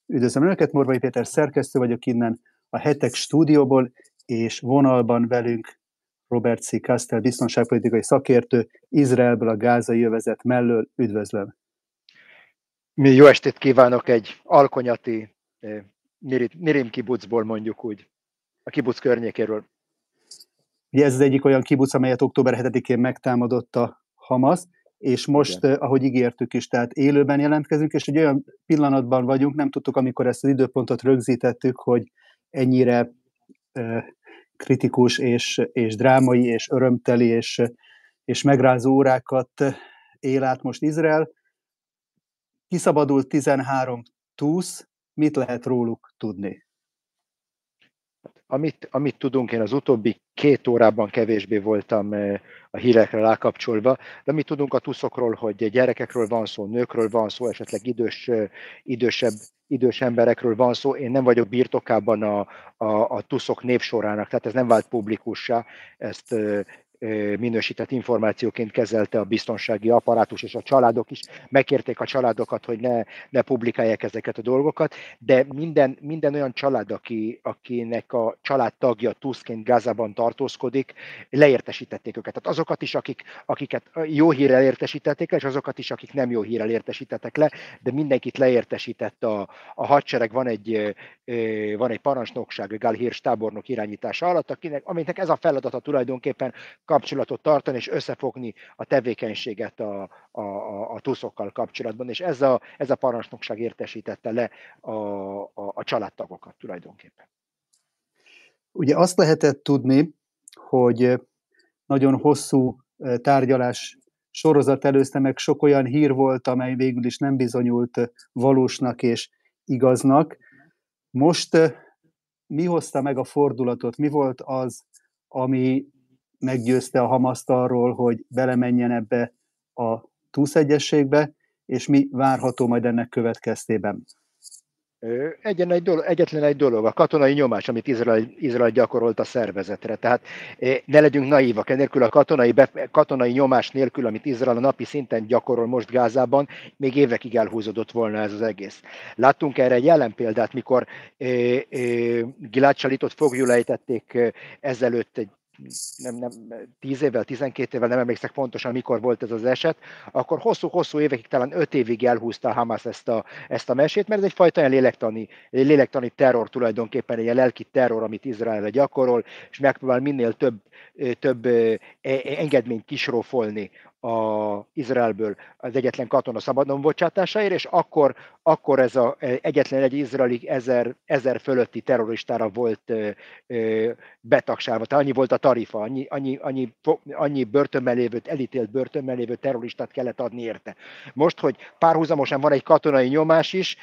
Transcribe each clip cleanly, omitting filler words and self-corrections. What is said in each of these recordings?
Üdvözlöm Önöket, Morvai Péter szerkesztő vagyok innen a Hetek stúdióból, és vonalban velünk Robert C. Kastel, biztonságpolitikai szakértő, Izraelből, a gázai övezet mellől. Üdvözlöm! Jó estét kívánok egy alkonyati Nirim kibucból, mondjuk úgy, a kibuc környékéről. Ugye ez az egyik olyan kibuc, amelyet október 7-én megtámadott a Hamas, és most, ahogy ígértük is, tehát élőben jelentkezünk, és egy olyan pillanatban vagyunk, nem tudtuk, amikor ezt az időpontot rögzítettük, hogy ennyire kritikus és drámai és örömteli és megrázó órákat él át most Izrael. Kiszabadult 13 túsz, mit lehet róluk tudni? Amit tudunk, én az utóbbi 2 órában kevésbé voltam a hírekre rákapcsolva, de amit tudunk a tuszokról, hogy gyerekekről van szó, nőkről van szó, esetleg idős emberekről van szó. Én nem vagyok birtokában a tuszok névsorának, tehát ez nem vált publikussá, ezt minősített információként kezelte a biztonsági apparátus, és a családok is megkérték a családokat, hogy ne publikálják ezeket a dolgokat, de minden olyan család, akinek a családtagja tuszként Gázában tartózkodik, leértesítették őket. Tehát azokat is, akiket jó hírrel értesítették le, és azokat is, akik nem jó hírrel értesítettek le, de mindenkit leértesített a hadsereg. Van egy parancsnokság, Gal Hirsch tábornok irányítása alatt, aminek ez a feladata tulajdonképpen kapcsolatot tartani és összefogni a tevékenységet a tuszokkal kapcsolatban, és ez a parancsnokság értesítette le a családtagokat tulajdonképpen. Ugye azt lehetett tudni, hogy nagyon hosszú tárgyalás sorozat előzte meg, sok olyan hír volt, amely végül is nem bizonyult valósnak és igaznak. Most mi hozta meg a fordulatot? Mi volt az, ami meggyőzte a Hamaszt arról, hogy belemenjen ebbe a túszegyességbe, és mi várható majd ennek következtében? Egyetlen egy dolog, a katonai nyomás, amit Izrael gyakorolt a szervezetre. Tehát ne legyünk naívak, enélkül a katonai nyomás nélkül, amit Izrael a napi szinten gyakorol most Gázában, még évekig elhúzódott volna ez az egész. Láttunk erre egy jelen példát, mikor Gilad Shalitot foglyul ejtették ezelőtt egy 10 évvel, 12 évvel, nem emlékszek pontosan, mikor volt ez az eset, akkor hosszú évekig, talán 5 évig elhúzta a Hamas ezt a mesét, mert ez egyfajta olyan lélektani terror tulajdonképpen, egy lelki terror, amit Izraelre gyakorol, és megpróbál minél több engedményt kisrófolni Izraelből az egyetlen katona szabadon bocsátásáért, és akkor ez egyetlen egy izraeli 1000 fölötti terroristára volt betagsálva. Tehát annyi volt a tarifa, annyi börtönben lévő, elítélt börtönben lévő terroristát kellett adni érte. Most, hogy párhuzamosan van egy katonai nyomás is,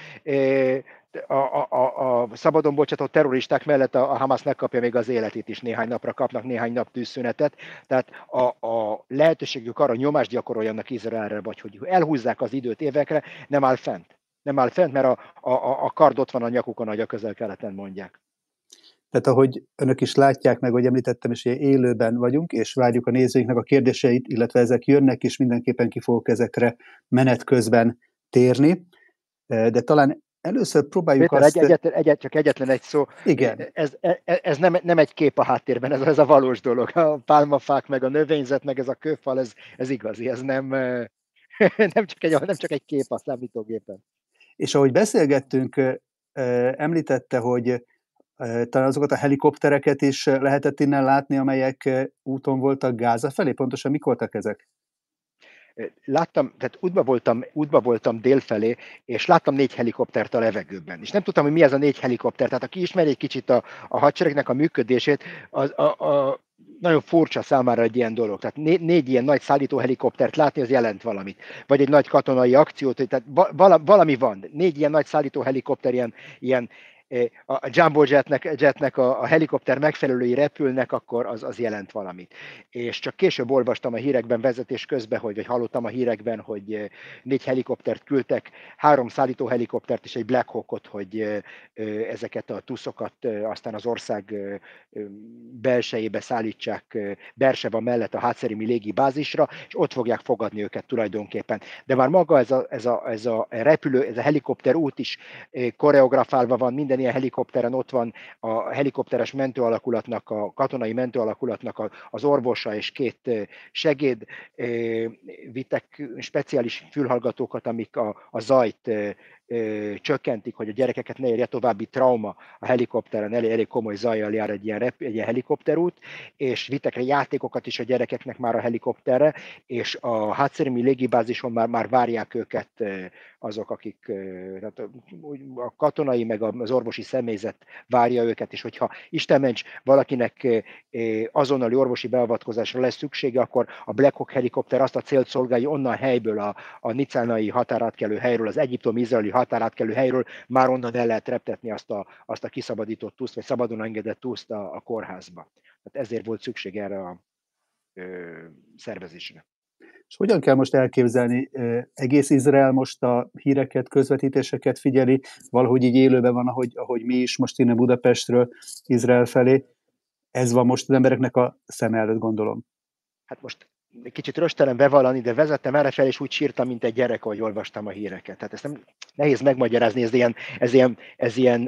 a szabadon bocsátott terroristák mellett a Hamas megkapja még az életét is, néhány napra kapnak néhány nap tűzszünetet, tehát a lehetőségük arra nyomást gyakoroljanak Izraelre, vagy hogy elhúzzák az időt évekre, nem áll fent, mert a kard ott van a nyakukon, ahogy a Közel-Keleten mondják. Tehát ahogy önök is látják meg, hogy említettem, és élőben vagyunk, és várjuk a nézőinknek a kérdéseit, illetve ezek jönnek, és mindenképpen ki fogok ezekre menet közben térni, de talán először próbáljuk Péter, csak egyetlen egy szó. Igen. Ez nem egy kép a háttérben, ez a valós dolog. A pálmafák, meg a növényzet, meg ez a kőfal, ez igazi, ez nem csak egy kép a számítógépen. És ahogy beszélgettünk, említette, hogy talán azokat a helikoptereket is lehetett innen látni, amelyek úton voltak Gáza felé. Pontosan mik voltak ezek? Láttam, tehát útba voltam délfelé, és láttam 4 helikoptert a levegőben. És nem tudtam, hogy mi ez a 4 helikopter. Tehát aki ismeri egy kicsit a hadseregnek a működését, nagyon furcsa számára egy ilyen dolog. Tehát 4 ilyen nagy szállító helikoptert látni, az jelent valamit. Vagy egy nagy katonai akciót, tehát valami van. 4 ilyen nagy szállító helikopter, ilyen a Jumbo Jetnek a helikopter megfelelői repülnek, akkor az jelent valamit. És csak később olvastam a hírekben vezetés közben, vagy hallottam a hírekben, hogy 4 helikoptert küldtek, 3 szállító helikoptert és egy Black Hawkot, hogy ezeket a tuszokat aztán az ország belsejébe szállítsák Berseba mellett a Hatszerimi légibázisra, és ott fogják fogadni őket tulajdonképpen. De már maga ez a repülő, ez a helikopter út is koreografálva van, minden ilyen helikopteren ott van a helikopteres mentőalakulatnak, a katonai mentőalakulatnak az orvosa és 2 segéd. Vittek speciális fülhallgatókat, amik a zajt csökkentik, hogy a gyerekeket ne érje további trauma a helikopteren, elég komoly zajjal jár egy ilyen helikopterút, és vittek játékokat is a gyerekeknek már a helikopterre, és a Hatszerimi légibázison már várják őket azok, akik tehát a katonai meg az orvosi személyzet várja őket, és hogyha Isten ments valakinek azonnali orvosi beavatkozásra lesz szüksége, akkor a Black Hawk helikopter azt a célt szolgálja onnan helyből, a nicánai határátkelő helyről, az egyiptomi-izraeli határátkelő helyről, már onnan el lehet reptetni azt a kiszabadított tuszt, vagy szabadon engedett tuszt a kórházba. Tehát ezért volt szükség erre a szervezésre. És hogyan kell most elképzelni? Egész Izrael most a híreket, közvetítéseket figyeli, valahogy így élőben van, ahogy mi is most innen Budapestről Izrael felé. Ez van most az embereknek a szem előtt, gondolom. Hát most kicsit röstelen bevallani, de vezettem errefelé, és úgy sírtam, mint egy gyerek, ahogy olvastam a híreket. Tehát ezt nem nehéz megmagyarázni, ez ilyen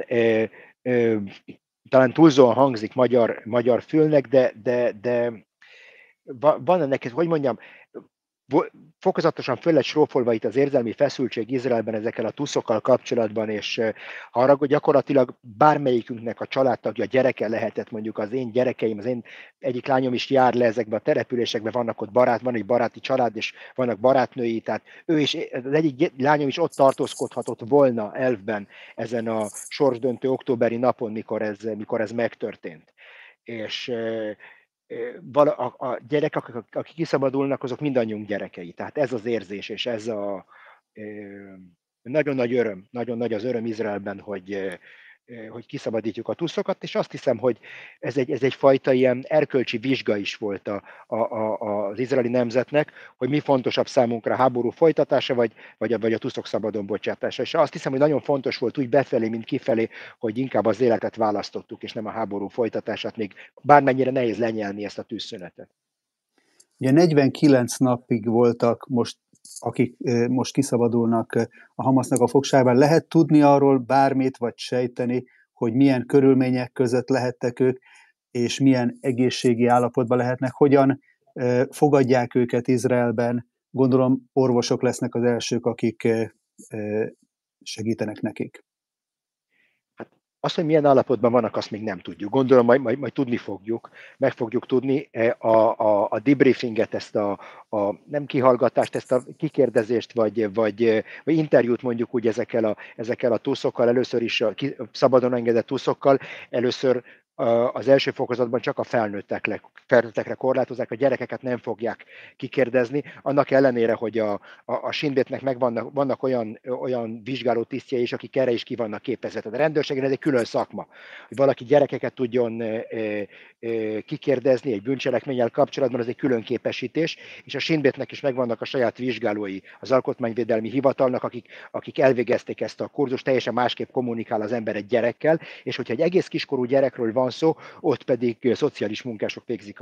talán túlzóan hangzik magyar fülnek, de van ennek, hogy mondjam, fokozatosan föl lett srófolva itt az érzelmi feszültség Izraelben ezekkel a tuszokkal kapcsolatban, és arra, hogy gyakorlatilag bármelyikünknek a családtagja, gyereke lehetett, mondjuk az én gyerekeim, az én egyik lányom is jár le ezekbe a településekbe, van egy baráti család, és vannak barátnői, tehát ő is, az egyik lányom is ott tartózkodhatott volna elvben ezen a sorsdöntő októberi napon, mikor ez megtörtént. És a gyerekek, akik kiszabadulnak, azok mindannyiunk gyerekei. Tehát ez az érzés, és ez a nagyon nagy öröm, nagyon nagy az öröm Izraelben, hogy kiszabadítjuk a tuszokat, és azt hiszem, hogy ez egyfajta ilyen erkölcsi vizsga is volt az izraeli nemzetnek, hogy mi fontosabb számunkra, a háború folytatása, vagy a tuszok szabadon bocsátása. És azt hiszem, hogy nagyon fontos volt úgy befelé, mint kifelé, hogy inkább az életet választottuk, és nem a háború folytatását, még bármennyire nehéz lenyelni ezt a tűzszünetet. Ugye 49 napig voltak most, akik most kiszabadulnak a Hamasznak a fogságban. Lehet tudni arról bármit, vagy sejteni, hogy milyen körülmények között lehettek ők, és milyen egészségi állapotban lehetnek, hogyan fogadják őket Izraelben. Gondolom orvosok lesznek az elsők, akik segítenek nekik. Azt, hogy milyen állapotban vannak, azt még nem tudjuk. Gondolom, majd tudni fogjuk, meg fogjuk tudni a debriefinget, ezt a nem kihallgatást, ezt a kikérdezést, vagy interjút mondjuk úgy ezekkel a tuszokkal, először is a szabadon engedett tuszokkal, először az első fokozatban csak a felnőttekre korlátozzák, a gyerekeket nem fogják kikérdezni, annak ellenére, hogy a Shin Betnek vannak olyan vizsgáló tisztjei is, akik erre is ki vannak képezve. A rendőrségen ez egy külön szakma, hogy valaki gyerekeket tudjon kikérdezni egy bűncselekménnyel kapcsolatban, ez egy külön képesítés, és a Shin Betnek is megvannak a saját vizsgálói, az Alkotmányvédelmi Hivatalnak, akik elvégezték ezt a kurzust, teljesen másképp kommunikál az ember egy gyerekkel, és hogyha egy egész kiskorú gyerekről van szó, ott pedig szociális munkások végzik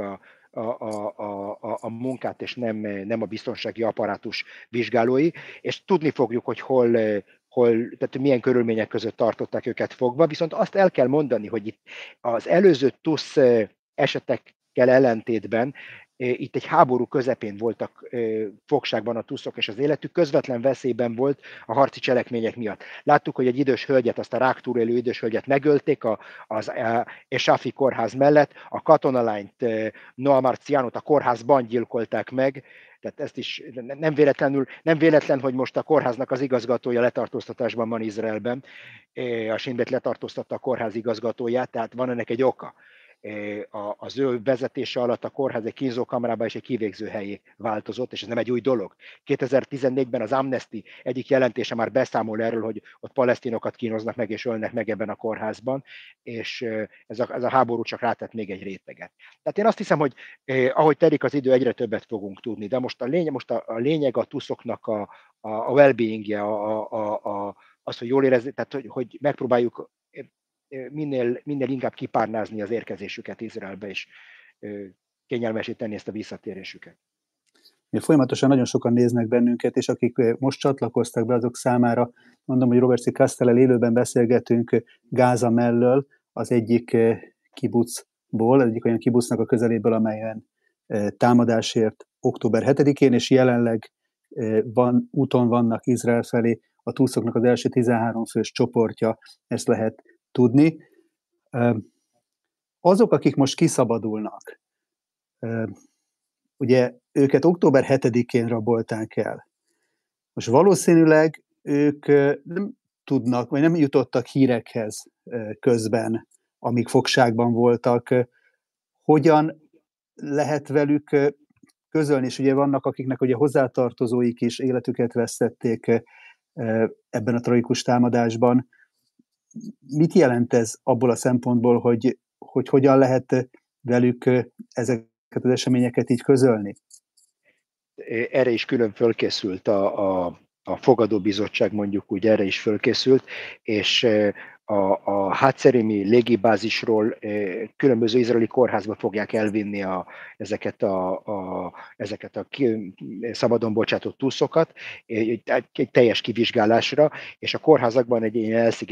a munkát, és nem a biztonsági apparátus vizsgálói, és tudni fogjuk, hogy tehát milyen körülmények között tartották őket fogva, viszont azt el kell mondani, hogy itt az előző TUSZ esetekkel ellentétben itt egy háború közepén voltak fogságban a tuszok, és az életük közvetlen veszélyben volt a harci cselekmények miatt. Láttuk, hogy egy idős hölgyet, azt a ráktúr élő idős hölgyet megölték az Esafi kórház mellett, a katonalányt, Noa Marcianot a kórházban gyilkolták meg, tehát ezt is nem véletlen, hogy most a kórháznak az igazgatója letartóztatásban van Izraelben. A Shin Bet letartóztatta a kórház igazgatóját, tehát van ennek egy oka. az ő vezetése alatt a kórház egy kínzókamerába és egy kivégző helyé változott, és ez nem egy új dolog. 2014-ben az Amnesty egyik jelentése már beszámol erről, hogy ott palesztinokat kínoznak meg és ölnek meg ebben a kórházban, és ez a háború csak rátett még egy réteget. Tehát én azt hiszem, hogy ahogy telik az idő, egyre többet fogunk tudni, de most a lényeg a tuszoknak a well-beingje, az, hogy jól érezni, tehát hogy megpróbáljuk minél inkább kipárnázni az érkezésüket Izraelbe, és kényelmesíteni ezt a visszatérésüket. Folyamatosan nagyon sokan néznek bennünket, és akik most csatlakoztak be, azok számára mondom, hogy Robert C. Castellel élőben beszélgetünk Gáza mellől, az egyik kibucból, az egyik olyan kibucnak a közeléből, amelyen támadásért október 7-én, és jelenleg úton vannak Izrael felé a túszoknak az első 13 fős csoportja, ezt lehet tudni. Azok, akik most kiszabadulnak, ugye őket október 7-én rabolták el. Most valószínűleg ők nem tudnak, vagy nem jutottak hírekhez közben, amíg fogságban voltak. Hogyan lehet velük közölni, és ugye vannak, akiknek ugye hozzátartozóik is életüket vesztették ebben a tragikus támadásban. Mit jelent ez abból a szempontból, hogy hogyan lehet velük ezeket az eseményeket így közölni? Erre is külön fölkészült a fogadóbizottság, mondjuk úgy erre is fölkészült, és a Hatszerimi légibázisról különböző izraeli kórházba fogják elvinni ezeket a szabadon bocsátott túszokat egy teljes kivizsgálásra, és a kórházakban egy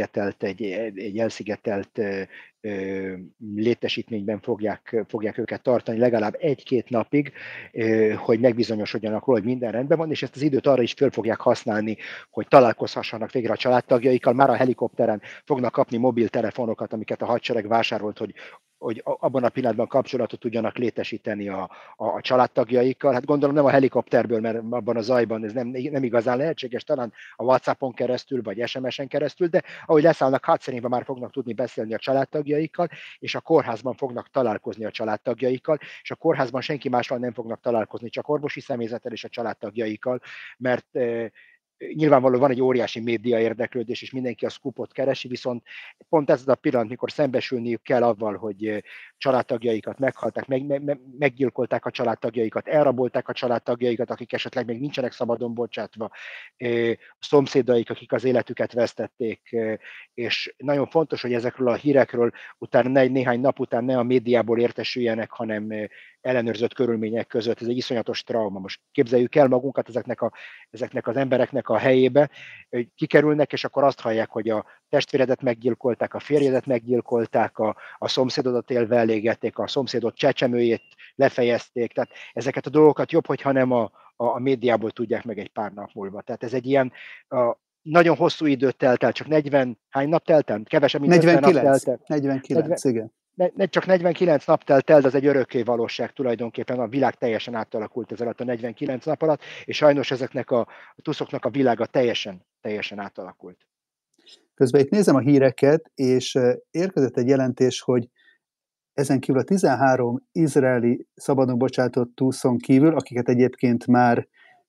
elszigetelt létesítményben fogják őket tartani legalább 1-2 napig, hogy megbizonyosodjanak róla, hogy minden rendben van, és ezt az időt arra is föl fogják használni, hogy találkozhassanak végre a családtagjaikkal. Már a helikopteren fognak kapni mobiltelefonokat, amiket a hadsereg vásárolt, hogy abban a pillanatban kapcsolatot tudjanak létesíteni a családtagjaikkal. Hát gondolom nem a helikopterből, mert abban a zajban ez nem igazán lehetséges, talán a WhatsAppon keresztül, vagy SMS-en keresztül, de ahogy leszállnak Hatszerinbe, már fognak tudni beszélni a családtagjaikkal, és a kórházban fognak találkozni a családtagjaikkal, és a kórházban senki mással nem fognak találkozni, csak orvosi személyzettel és a családtagjaikkal, mert nyilvánvalóan van egy óriási média érdeklődés, és mindenki a scoopot keresi, viszont pont ez az a pillanat, mikor szembesülniük kell avval, hogy családtagjaikat meghalták, meggyilkolták a családtagjaikat, elrabolták a családtagjaikat, akik esetleg még nincsenek szabadon bocsátva, a szomszédaik, akik az életüket vesztették, és nagyon fontos, hogy ezekről a hírekről utána néhány nap után ne a médiából értesüljenek, hanem ellenőrzött körülmények között. Ez egy iszonyatos trauma. Most képzeljük el magunkat ezeknek az embereknek a helyébe, hogy kikerülnek, és akkor azt hallják, hogy a testvéredet meggyilkolták, a férjedet meggyilkolták, a szomszédodat élve elégették, a szomszédod csecsemőjét lefejezték. Tehát ezeket a dolgokat jobb, hogyha nem a médiából tudják meg egy pár nap múlva. Tehát ez egy ilyen nagyon hosszú időt telt el, csak 40, hány nap telt el? Kevesebb, mint 49, 50 nap telt el. 49, igen. Csak 49 nap telt el, de az egy örökké valóság tulajdonképpen. A világ teljesen átalakult ez alatt a 49 nap alatt, és sajnos ezeknek a tuszoknak a világa teljesen átalakult. Közben itt nézem a híreket, és érkezett egy jelentés, hogy ezen kívül a 13 izraeli szabadon bocsátott túszon kívül, akiket egyébként már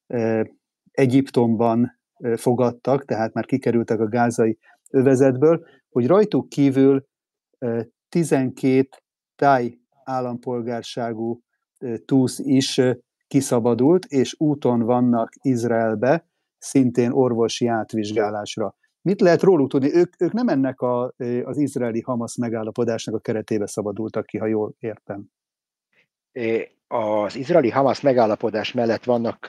Egyiptomban fogadtak, tehát már kikerültek a gázai övezetből, hogy rajtuk kívül 12 táj állampolgárságú túsz is kiszabadult, és úton vannak Izraelbe, szintén orvosi átvizsgálásra. Mit lehet róluk tudni? Ők nem ennek az izraeli-Hamasz megállapodásnak a keretébe szabadultak ki, ha jól értem. Az izraeli-Hamasz megállapodás mellett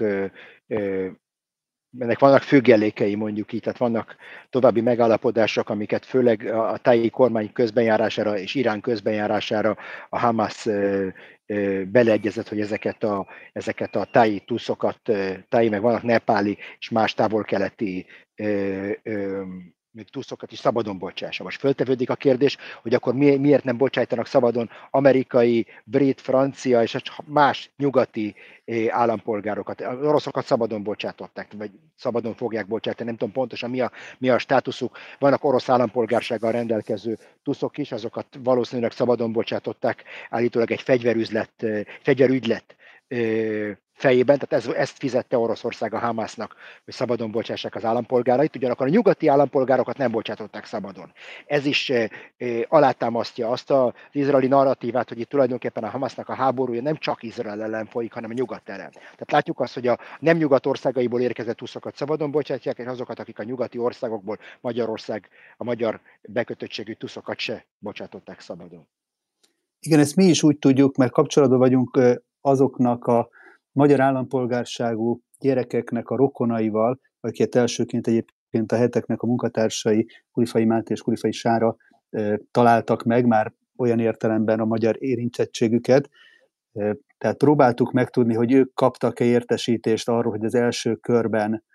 ennek vannak függelékei, mondjuk így, tehát vannak további megállapodások, amiket főleg a táji kormány közbenjárására és Irán közbenjárására a Hamas beleegyezett, hogy ezeket a táji túszokat, táji meg vannak nepáli és más távol-keleti túszokat is szabadon bocsássa. Most föltevődik a kérdés, hogy akkor miért nem bocsájtanak szabadon amerikai, brit, francia és más nyugati állampolgárokat. Az oroszokat szabadon bocsátották, vagy szabadon fogják bocsátani, nem tudom pontosan mi a státuszuk. Vannak orosz állampolgársággal rendelkező tuszok is, azokat valószínűleg szabadon bocsátották, állítólag egy fegyverügylet fejében, tehát ezt fizette Oroszország a Hamásznak, hogy szabadon bocsássák az állampolgárait, ugyanakkor a nyugati állampolgárokat nem bocsátották szabadon. Ez is alátámasztja azt az izraeli narratívát, hogy itt tulajdonképpen a Hamásznak a háborúja nem csak Izrael ellen folyik, hanem a nyugat ellen. Tehát látjuk azt, hogy a nem nyugat országaiból érkezett tuszokat szabadon bocsátják, és azokat, akik a nyugati országokból, Magyarország, a magyar bekötöttségű tuszokat se bocsátották szabadon. Igen, ezt mi is úgy tudjuk, mert kapcsolatban vagyunk azoknak a magyar állampolgárságú gyerekeknek a rokonaival, akiket elsőként egyébként a heteknek a munkatársai, Kurifai Máté és Kurifai Sára találtak meg, már olyan értelemben a magyar érintettségüket. Tehát próbáltuk megtudni, hogy ők kaptak-e értesítést arról, hogy az első körben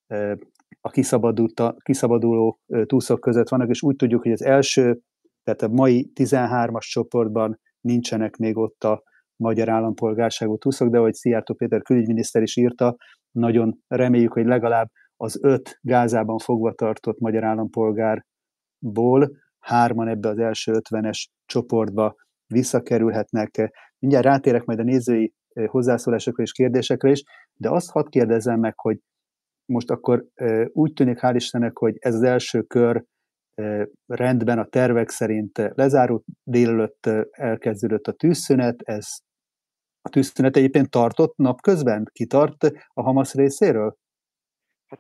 a kiszabaduló túszok között vannak, és úgy tudjuk, hogy az első, tehát a mai 13-as csoportban nincsenek még ott a magyar állampolgárságú túszok, de ahogy Szijjártó Péter külügyminiszter is írta, nagyon reméljük, hogy legalább az 5 Gázában fogva tartott magyar állampolgárból 3 ebbe az első 50-es csoportba visszakerülhetnek. Mindjárt rátérek majd a nézői hozzászólásokra és kérdésekre is, de azt hadd kérdezzem meg, hogy most akkor úgy tűnik, hál' Istennek, hogy ez az első kör rendben a tervek szerint lezárult, délelőtt elkezdődött a tűzszünet, a tűzszünet egyébként tartott napközben? Kitart a Hamasz részéről? Hát,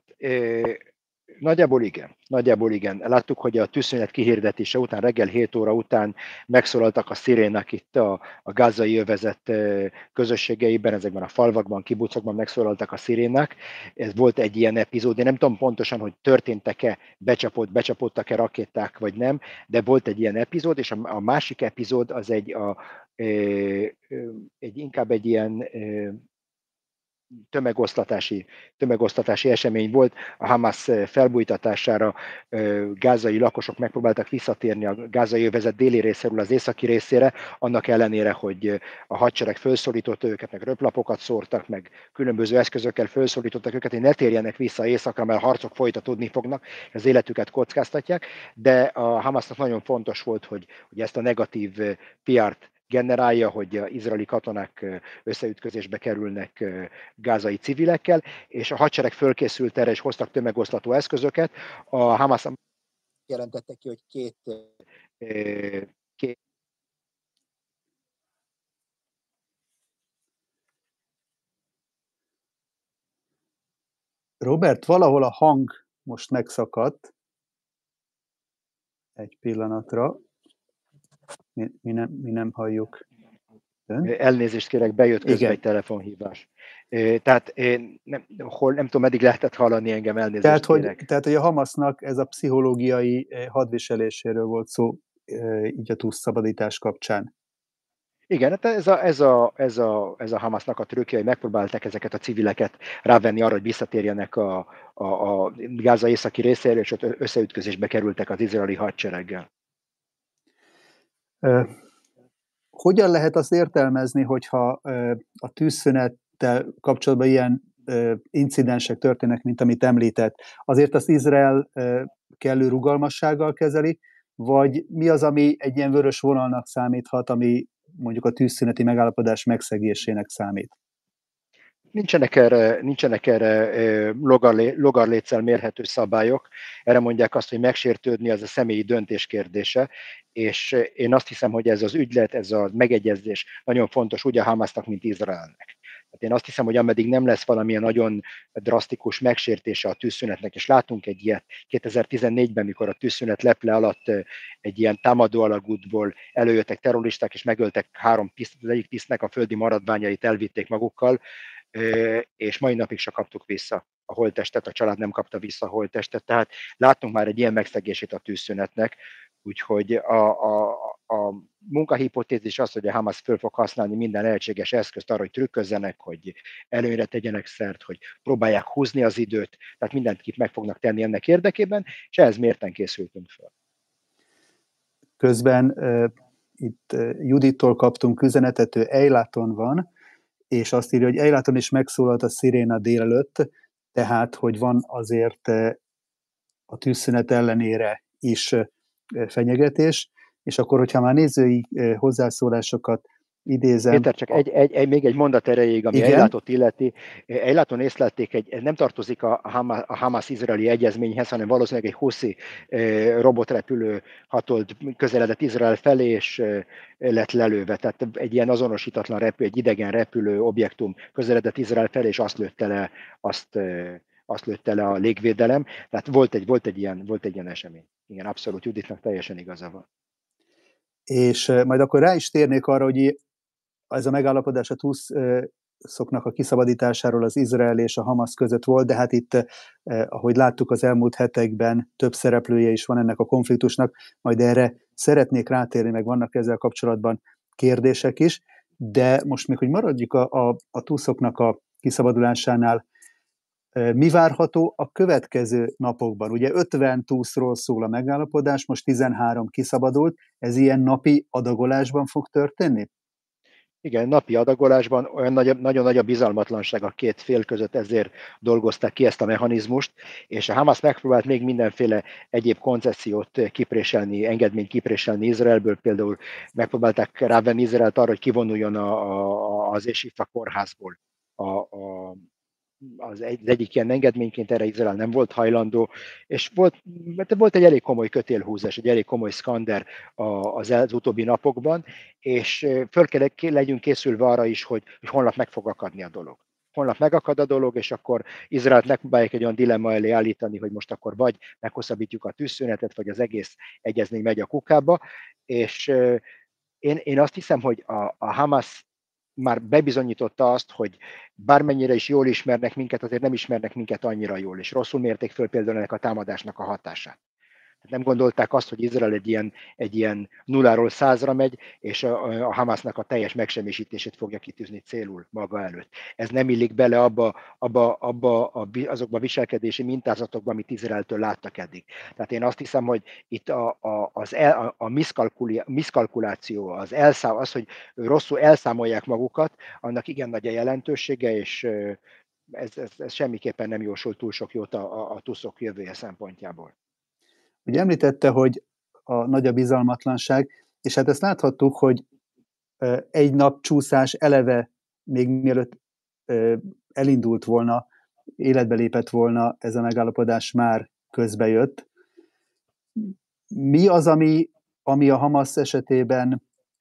nagyjából igen. Láttuk, hogy a tűzszünet kihirdetése után, reggel 7 óra után megszólaltak a szirének itt a gázai övezet közösségeiben, ezekben a falvakban, kibucokban megszólaltak a szirének. Ez volt egy ilyen epizód, én nem tudom pontosan, hogy történtek-e, becsapódtak-e rakéták, vagy nem, de volt egy ilyen epizód, és a másik epizód az inkább egy ilyen tömegosztatási esemény volt. A Hamász felbújtatására gázai lakosok megpróbáltak visszatérni a gázai övezet déli részéről az északi részére, annak ellenére, hogy a hadsereg felszólította őket, meg röplapokat szórtak, meg különböző eszközökkel felszólítottak őket, hogy ne térjenek vissza északra, mert harcok folytatódni fognak, az életüket kockáztatják, de a Hamásznak nagyon fontos volt, hogy ezt a negatív PR-t generálja, hogy az izraeli katonák összeütközésbe kerülnek gázai civilekkel, és a hadsereg fölkészült erre, és hoztak tömegoszlató eszközöket. A Hamász jelentette ki, hogy két Robert, valahol a hang most megszakadt egy pillanatra. Mi nem halljuk. Elnézést kérek, bejött közben egy telefonhívás. Tehát nem tudom, meddig lehetett hallani engem, elnézést kérek. Tehát, hogy a Hamasznak ez a pszichológiai hadviseléséről volt szó így a túlszabadítás kapcsán. Igen, hát ez a Hamásznak a trükkje, hogy megpróbálták ezeket a civileket rávenni arra, hogy visszatérjenek a Gáza északi részéről, és ott összeütközésbe kerültek az izraeli hadsereggel. Hogyan lehet azt értelmezni, hogyha a tűzszünettel kapcsolatban ilyen incidensek történnek, mint amit említett? Azért azt Izrael kellő rugalmassággal kezeli, vagy mi az, ami egy ilyen vörös vonalnak számíthat, ami mondjuk a tűzszüneti megállapodás megszegésének számít? Nincsenek erre logarléccel mérhető szabályok. Erre mondják azt, hogy megsértődni az a személyi döntés kérdése, és én azt hiszem, hogy ez az ügylet, ez a megegyezés nagyon fontos úgy a Hamásznak, mint Izraelnek. Hát én azt hiszem, hogy ameddig nem lesz valamilyen nagyon drasztikus megsértése a tűzszünetnek, és látunk egy ilyet 2014-ben, mikor a tűzszünet leple alatt egy ilyen támadó alagútból előjöttek terroristák, és megöltek 3 tiszt, az egyik tisztnek a földi maradványait elvitték magukkal, és mai napig se kaptuk vissza a holttestet, a család nem kapta vissza a holttestet, tehát látunk már egy ilyen megszegését a tűzszünetnek, úgyhogy a munkahipotézis az, hogy a Hamas föl fog használni minden lehetséges eszközt arra, hogy trükközzenek, hogy előnyre tegyenek szert, hogy próbálják húzni az időt, tehát mindent meg fognak tenni ennek érdekében, és ehhez mérten készültünk fel. Közben itt Judittól kaptunk üzenetet, ő Eilaton van, és azt írja, hogy Eilaton is megszólalt a sziréna délelőtt, tehát, hogy van azért a tűzszünet ellenére is fenyegetés, és akkor, hogyha már nézői hozzászólásokat idézem. Péter, csak még egy mondat erejéig, ami Eilatot illeti. Eilaton észlelték, nem tartozik a Hamas-izraeli egyezményhez, hanem valószínűleg egy Huszi robotrepülő hatolt, közeledett Izrael felé, és lett lelőve. Tehát egy ilyen azonosítatlan repülő, egy idegen repülő objektum közeledett Izrael felé, és azt lőtte le a légvédelem. Tehát volt egy ilyen esemény. Igen, abszolút, Juditnak teljesen igaza van. És majd akkor rá is térnék arra, hogy ez a megállapodás a túszoknak a kiszabadításáról az Izrael és a Hamas között volt, de hát itt, ahogy láttuk az elmúlt hetekben, több szereplője is van ennek a konfliktusnak, majd erre szeretnék rátérni, meg vannak ezzel kapcsolatban kérdések is, de most még, hogy maradjuk a túszoknak a kiszabadulásánál, mi várható a következő napokban? Ugye 50 túszról szól a megállapodás, most 13 kiszabadult, ez ilyen napi adagolásban fog történni? Igen, napi adagolásban olyan nagyon nagy a bizalmatlanság a két fél között, ezért dolgozták ki ezt a mechanizmust, és a Hamas megpróbált még mindenféle egyéb koncessziót kipréselni, engedményt kipréselni Izraelből, például megpróbálták rávenni Izraelt arra, hogy kivonuljon az Éshifa kórházból az egyik ilyen engedményként, erre Izrael nem volt hajlandó, és volt egy elég komoly kötélhúzás, egy elég komoly szkander az utóbbi napokban, és föl kell legyünk készülve arra is, hogy holnap meg fog akadni a dolog. Holnap megakad a dolog, és akkor Izraelt megpróbálják egy olyan dilemma elé állítani, hogy most akkor vagy meghosszabbítjuk a tűzszünetet, vagy az egész egyezmény megy a kukába, és én azt hiszem, hogy a Hamas már bebizonyította azt, hogy bármennyire is jól ismernek minket, azért nem ismernek minket annyira jól, és rosszul mérték föl például ennek a támadásnak a hatását. Nem gondolták azt, hogy Izrael egy ilyen 0-ról 100-ra megy, és a Hamasnak a teljes megsemmisítését fogja kitűzni célul maga előtt. Ez nem illik bele azokba a viselkedési mintázatokba, amit Izraeltől láttak eddig. Tehát én azt hiszem, hogy itt a miszkalkuláció, az, hogy rosszul elszámolják magukat, annak igen nagy a jelentősége, és ez semmiképpen nem jósolt túl sok jót a tuszok jövője szempontjából. Ugye említette, hogy nagy a bizalmatlanság, és hát ezt láthattuk, hogy egy nap csúszás eleve, még mielőtt elindult volna, életbe lépett volna ez a megállapodás, már közbejött. Mi az, ami a Hamas esetében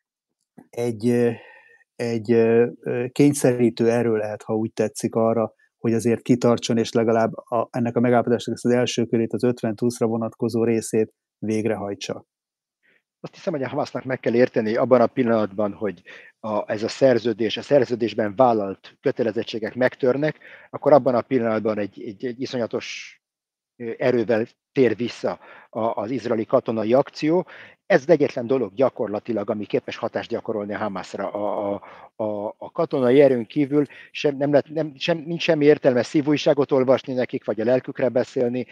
egy kényszerítő erő lehet, ha úgy tetszik, arra, hogy azért kitartson, és legalább ennek a megállapodásnak az első körét, az 50 túszra vonatkozó részét végrehajtsa? Azt hiszem, hogy a Hamasnak meg kell érteni abban a pillanatban, hogy ez a szerződésben vállalt kötelezettségek megtörnek, akkor abban a pillanatban egy iszonyatos erővel tér vissza az izraeli katonai akció. Ez az egyetlen dolog gyakorlatilag, ami képes hatást gyakorolni a Hamasra. A katonai erőn kívül nincs semmi értelme szívújságot olvasni nekik, vagy a lelkükre beszélni.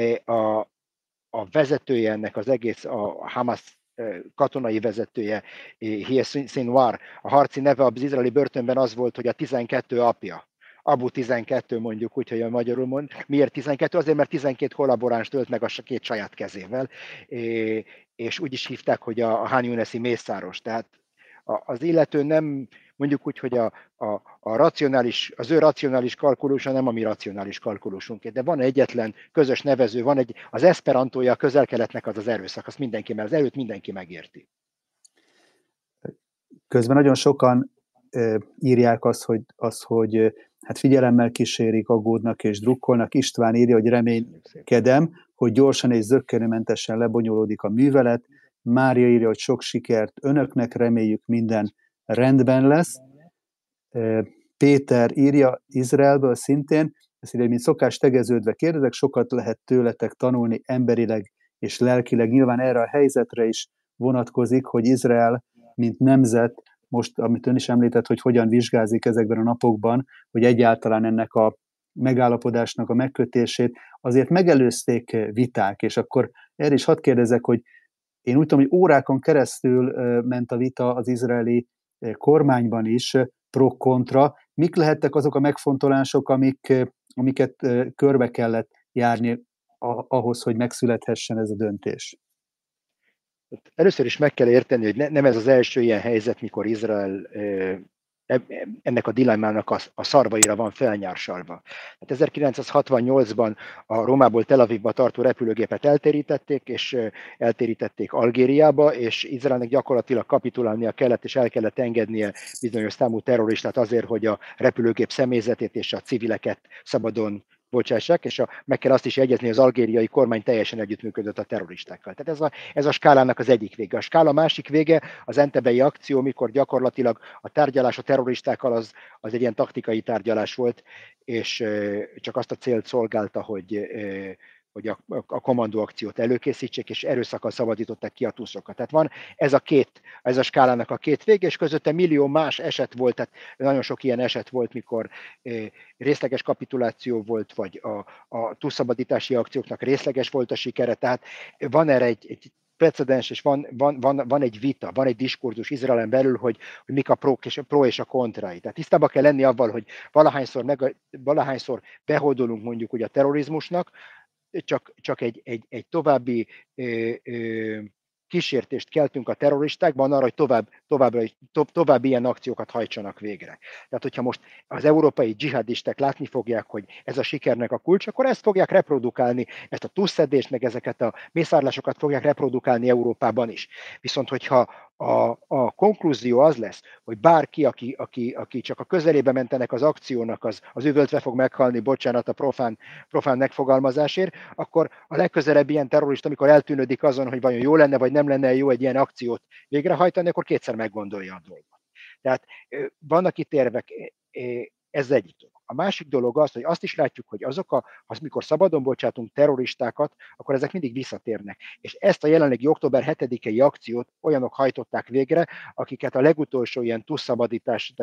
A vezetője ennek az egész, a Hamas katonai vezetője, Yehia Sinwar, a harci neve az izraeli börtönben az volt, hogy a 12 apja. Abu 12 mondjuk úgy, hogy a magyarul mond. Miért 12? Azért, mert 12 kollaboráns tölt meg a két saját kezével, és úgy is hívták, hogy a Han Youneszi mészáros. Tehát az illető nem, mondjuk úgy, hogy az ő racionális kalkulusa nem a mi racionális kalkulusunk, de van egyetlen közös nevező, van az eszperantója a Közel-Keletnek az erőszak, azt mindenki, mert az erőt mindenki megérti. Közben nagyon sokan írják azt, hogy hát figyelemmel kísérik, aggódnak és drukkolnak. István írja, hogy reménykedem, hogy gyorsan és zökkenőmentesen lebonyolódik a művelet. Mária írja, hogy sok sikert önöknek, reméljük minden rendben lesz. Péter írja Izraelből szintén, ezt írja, mint szokás tegeződve kérdezek, sokat lehet tőletek tanulni emberileg és lelkileg. Nyilván erre a helyzetre is vonatkozik, hogy Izrael, mint nemzet, most, amit ön is említett, hogy hogyan vizsgázik ezekben a napokban, hogy egyáltalán ennek a megállapodásnak a megkötését, azért megelőzték viták, és akkor erre is hadd kérdezek, hogy én úgy tudom, hogy órákon keresztül ment a vita az izraeli kormányban is, pro-kontra. Mik lehettek azok a megfontolások, amiket körbe kellett járni ahhoz, hogy megszülethessen ez a döntés? Először is meg kell érteni, hogy nem ez az első ilyen helyzet, mikor Izrael ennek a dilemmának a szarvaira van felnyársalva. Hát 1968-ban a Rómából Tel Avivba tartó repülőgépet eltérítették, és eltérítették Algériába, és Izraelnek gyakorlatilag kapitulálnia kellett, és el kellett engednie bizonyos számú terroristát azért, hogy a repülőgép személyzetét és a civileket szabadon bocsássák, és meg kell azt is jegyezni, hogy az algériai kormány teljesen együttműködött a terroristákkal. Tehát ez a skálának az egyik vége. A skála másik vége az entebei akció, mikor gyakorlatilag a tárgyalás a terroristákkal az egy ilyen taktikai tárgyalás volt, és csak azt a célt szolgálta, hogy a kommandó akciót előkészítsék, és erőszakkal szabadították ki a tuszokat. Tehát van ez a skálának a két vége, és közötte millió más eset volt, tehát nagyon sok ilyen eset volt, mikor részleges kapituláció volt, vagy a túlszabadítási akcióknak részleges volt a sikere, tehát van erre egy precedens, és van egy vita, van egy diskurzus Izraelen belül, hogy mik a pro és a kontrai. Tehát tisztában kell lenni avval, hogy valahányszor behódolunk mondjuk ugye a terrorizmusnak, csak egy további kísértést keltünk a terroristákban arra, hogy további ilyen akciókat hajtsanak végre. Tehát, hogyha most az európai dzsihadisták látni fogják, hogy ez a sikernek a kulcs, akkor ezt fogják reprodukálni, ezt a túlszedést, meg ezeket a mészárlásokat fogják reprodukálni Európában is. Viszont, hogyha a konklúzió az lesz, hogy bárki, aki csak a közelébe mentenek az akciónak, az üvöltve fog meghalni, bocsánat a profán megfogalmazásért, akkor a legközelebb ilyen terrorista, amikor eltűnődik azon, hogy vajon jó lenne, vagy nem lenne jó egy ilyen akciót végrehajtani, akkor kétszer meggondolja a dolgot. Tehát vannak itt érvek, ez egyik dolog. A másik dolog az, hogy azt is látjuk, hogy mikor szabadon bocsátunk terroristákat, akkor ezek mindig visszatérnek. És ezt a jelenlegi október 7-i akciót olyanok hajtották végre, akiket a legutolsó ilyen túlszabadítás,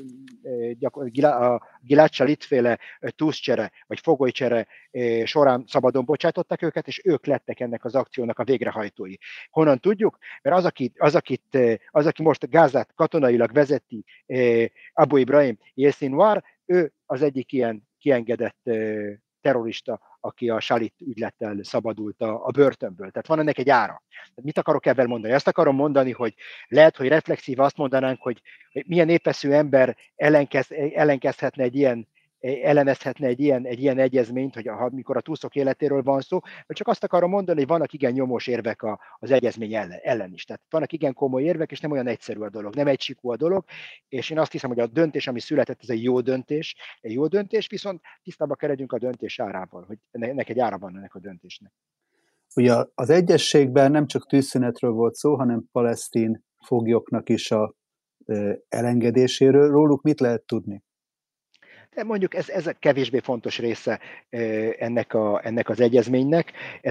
a Gilad Shalit-féle túszcsere, vagy fogolycsere során szabadon bocsátották őket, és ők lettek ennek az akciónak a végrehajtói. Honnan tudjuk? Mert az, aki most Gázát katonailag vezeti, Abu Ibrahim Yessinwar, ő az egyik ilyen kiengedett terrorista, aki a Shalit ügylettel szabadult a börtönből. Tehát van ennek egy ára. Tehát mit akarok ebben mondani? Azt akarom mondani, hogy lehet, hogy reflexív azt mondanánk, hogy milyen népeszű ember ellenezhetne egy ilyen egyezményt, hogy mikor a túszok életéről van szó, vagy csak azt akarom mondani, hogy vannak igen nyomós érvek az egyezmény ellen is. Tehát vannak igen komoly érvek, és nem olyan egyszerű a dolog, nem egysikú a dolog, és én azt hiszem, hogy a döntés, ami született, ez egy jó döntés, viszont tisztában kell legyünk a döntés árával, hogy ennek egy ára van ennek a döntésnek. Ugye az egyezségben nem csak tűzszünetről volt szó, hanem palesztin foglyoknak is a elengedéséről. Róluk mit lehet tudni? De mondjuk ez a kevésbé fontos része ennek az egyezménynek.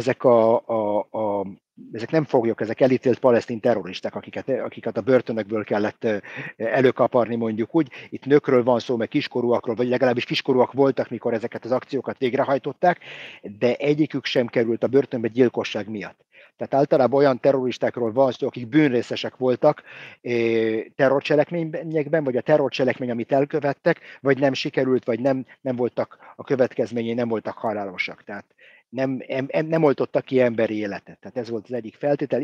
Ezek nem foglyok, ezek elítélt palesztin terroristák, akiket a börtönökből kellett előkaparni, mondjuk úgy. Itt nőkről van szó, meg kiskorúakról, vagy legalábbis kiskorúak voltak, mikor ezeket az akciókat végrehajtották, de egyikük sem került a börtönbe gyilkosság miatt. Tehát általában olyan terroristákról van szó, akik bűnrészesek voltak terrorcselekményekben, vagy a terrorcselekmény, amit elkövettek, vagy nem sikerült, vagy nem voltak a következményei, nem voltak halálosak. Tehát nem oltottak ki emberi életet. Tehát ez volt az egyik feltétel,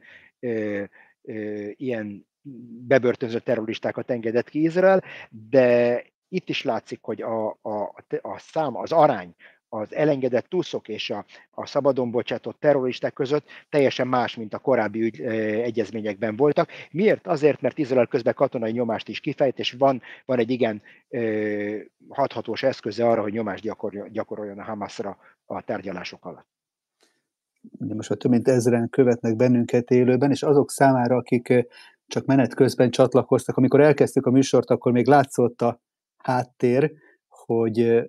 ilyen bebörtönzött terroristákat engedett ki Izrael, de itt is látszik, hogy az arány az elengedett túszok és a szabadon bocsátott terroristák között teljesen más, mint a korábbi egyezményekben voltak. Miért? Azért, mert Izrael közben katonai nyomást is kifejt, és van egy igen hathatós eszköze arra, hogy nyomást gyakoroljon a Hamasra a tárgyalások alatt. Most már több mint 1000-en követnek bennünket élőben, és azok számára, akik csak menet közben csatlakoztak, amikor elkezdtük a műsort, akkor még látszott a háttér, hogy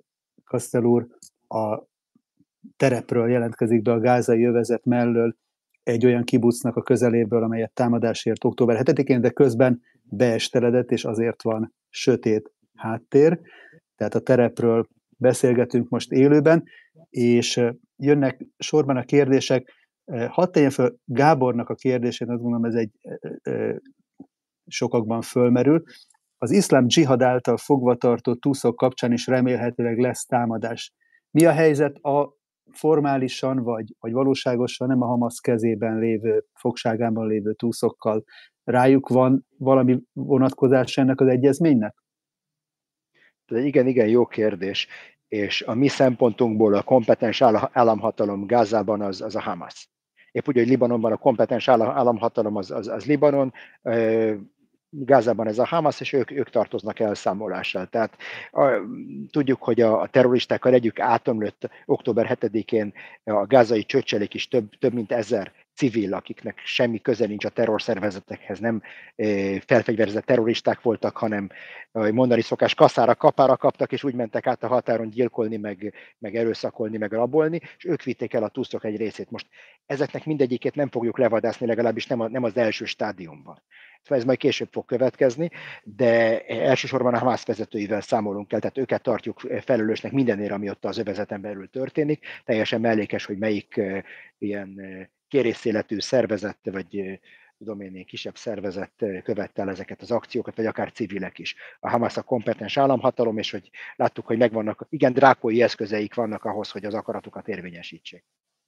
Kasztel úr a terepről jelentkezik be a gázai övezet mellől egy olyan kibucnak a közeléből, amelyet támadásért október 7-én, de közben beesteledett, és azért van sötét háttér. Tehát a terepről beszélgetünk most élőben, és jönnek sorban a kérdések. Hadd tegyem föl Gábornak a kérdését, azt gondolom ez egy sokakban fölmerül. Az iszlám dzsihad által fogvatartott túszok kapcsán is remélhetőleg lesz támadás. Mi a helyzet a formálisan vagy valóságosan nem a Hamasz kezében lévő, fogságában lévő túszokkal? Rájuk van valami vonatkozás ennek az egyezménynek? Ez egy igen jó kérdés, és a mi szempontunkból a kompetens államhatalom Gázában az a Hamas. Épp úgy, hogy Libanonban a kompetens államhatalom az Libanon, Gázában ez a Hamas, és ők tartoznak elszámolással. Tehát tudjuk, hogy a terroristákkal együtt átömlött október 7-én a gázai csöccselék is több mint 1000 civil, akiknek semmi köze nincs a terrorszervezetekhez, nem felfegyverzett terroristák voltak, hanem mondani szokás kaszára, kapára kaptak, és úgy mentek át a határon gyilkolni, meg erőszakolni, meg rabolni, és ők vitték el a túszok egy részét. Most ezeknek mindegyikét nem fogjuk levadászni, legalábbis nem az első stádiumban. Ez majd később fog következni, de elsősorban a Hamász vezetőivel számolunk kell, tehát őket tartjuk felelősnek mindenért, ami ott az övezeten belül történik. Teljesen mellékes, hogy melyik ilyen kérészéletű szervezet, vagy tudom én, kisebb szervezet követte el ezeket az akciókat, vagy akár civilek is. A Hamász a kompetens államhatalom, és hogy láttuk, hogy megvannak, igen, drákói eszközeik vannak ahhoz, hogy az akaratukat érvényesítsék.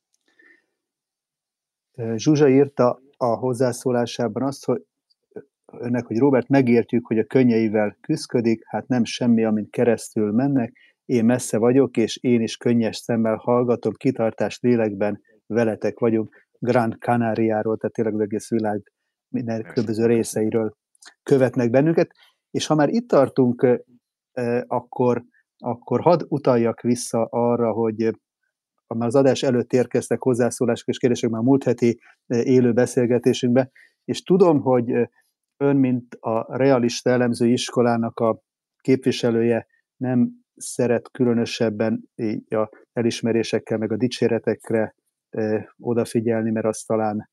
Zsuzsa írta a hozzászólásában azt, hogy önnek, hogy Róbert, megértjük, hogy a könnyeivel küszködik, hát nem semmi, amint keresztül mennek, én messze vagyok, és én is könnyes szemmel hallgatom, kitartás lélekben veletek vagyunk, Gran Canariáról, tehát tényleg az egész világ minden különböző részeiről követnek bennünket, és ha már itt tartunk, akkor hadd utaljak vissza arra, hogy már az adás előtt érkeztek hozzászólások és kérdések már múlt heti élő beszélgetésünkbe, és tudom, hogy ön, mint a realista elemzői iskolának a képviselője nem szeret különösebben a elismerésekkel, meg a dicséretekre odafigyelni, mert az talán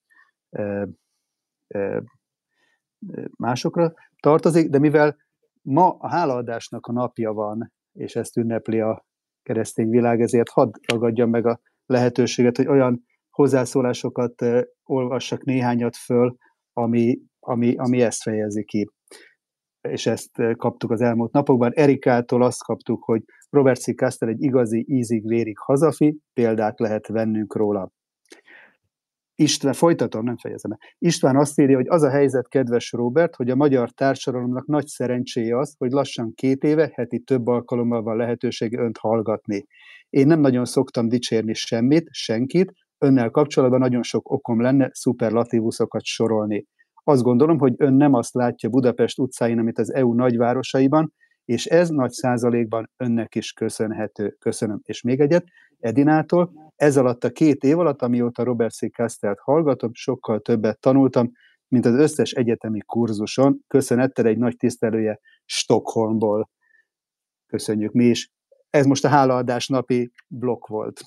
másokra tartozik, de mivel ma a hálaadásnak a napja van, és ezt ünnepli a keresztény világ, ezért hadd ragadjam meg a lehetőséget, hogy olyan hozzászólásokat olvassak néhányat föl, ami ezt fejezi ki. És ezt kaptuk az elmúlt napokban. Erikától azt kaptuk, hogy Robert C. Castell egy igazi ízig-vérig hazafi, példát lehet vennünk róla. István, folytatom, nem fejezem el. István azt írja, hogy az a helyzet, kedves Robert, hogy a magyar társadalomnak nagy szerencséje az, hogy lassan 2 éve, heti több alkalommal van lehetősége önt hallgatni. Én nem nagyon szoktam dicsérni semmit, senkit, önnel kapcsolatban nagyon sok okom lenne szuperlatívuszokat sorolni. Azt gondolom, hogy ön nem azt látja Budapest utcáin, amit az EU nagyvárosaiban, és ez nagy százalékban önnek is köszönhető. Köszönöm. És még egyet, Edinától, ez alatt a 2 év alatt, amióta Robert C. Castellt hallgatom, sokkal többet tanultam, mint az összes egyetemi kurzuson. Köszönettel, egy nagy tisztelője Stockholmból. Köszönjük mi is. Ez most a hálaadás napi blokk volt.